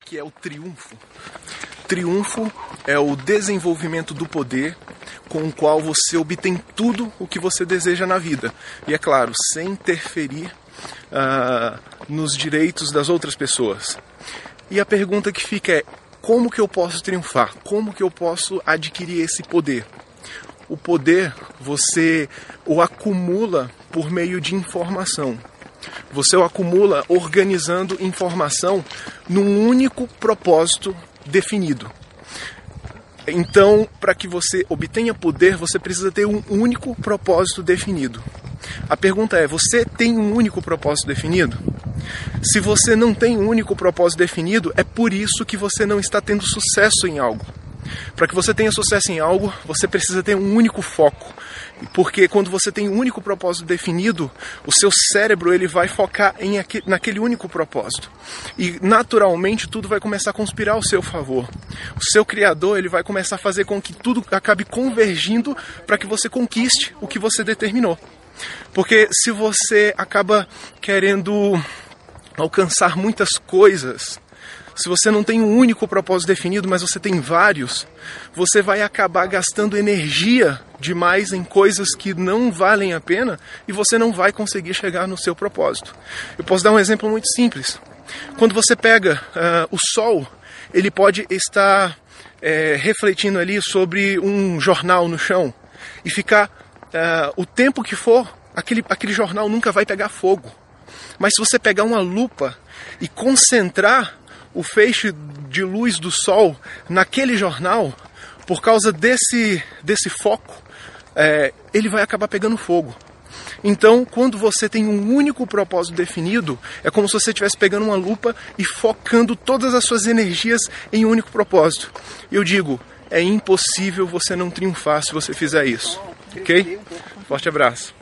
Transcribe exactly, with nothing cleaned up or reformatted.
que é o triunfo? Triunfo é o desenvolvimento do poder com o qual você obtém tudo o que você deseja na vida. E é claro, sem interferir uh, nos direitos das outras pessoas. E a pergunta que fica é, como que eu posso triunfar? Como que eu posso adquirir esse poder? O poder você o acumula por meio de informação. Você o acumula organizando informação num único propósito definido. Então, para que você obtenha poder, você precisa ter um único propósito definido. A pergunta é, você tem um único propósito definido? Se você não tem um único propósito definido, é por isso que você não está tendo sucesso em algo. Para que você tenha sucesso em algo, você precisa ter um único foco. Porque quando você tem um único propósito definido, o seu cérebro ele vai focar em aquele, naquele único propósito. E naturalmente tudo vai começar a conspirar ao seu favor. O seu criador ele vai começar a fazer com que tudo acabe convergindo para que você conquiste o que você determinou. Porque se você acaba querendo alcançar muitas coisas, se você não tem um único propósito definido, mas você tem vários, você vai acabar gastando energia demais em coisas que não valem a pena e você não vai conseguir chegar no seu propósito. Eu posso dar um exemplo muito simples. Quando você pega uh, o sol, ele pode estar é, refletindo ali sobre um jornal no chão e ficar uh, o tempo que for, aquele, aquele jornal nunca vai pegar fogo. Mas se você pegar uma lupa e concentrar o feixe de luz do sol naquele jornal, por causa desse, desse foco, é, ele vai acabar pegando fogo. Então, quando você tem um único propósito definido, é como se você estivesse pegando uma lupa e focando todas as suas energias em um único propósito. Eu digo, é impossível você não triunfar se você fizer isso. Ok? Forte abraço.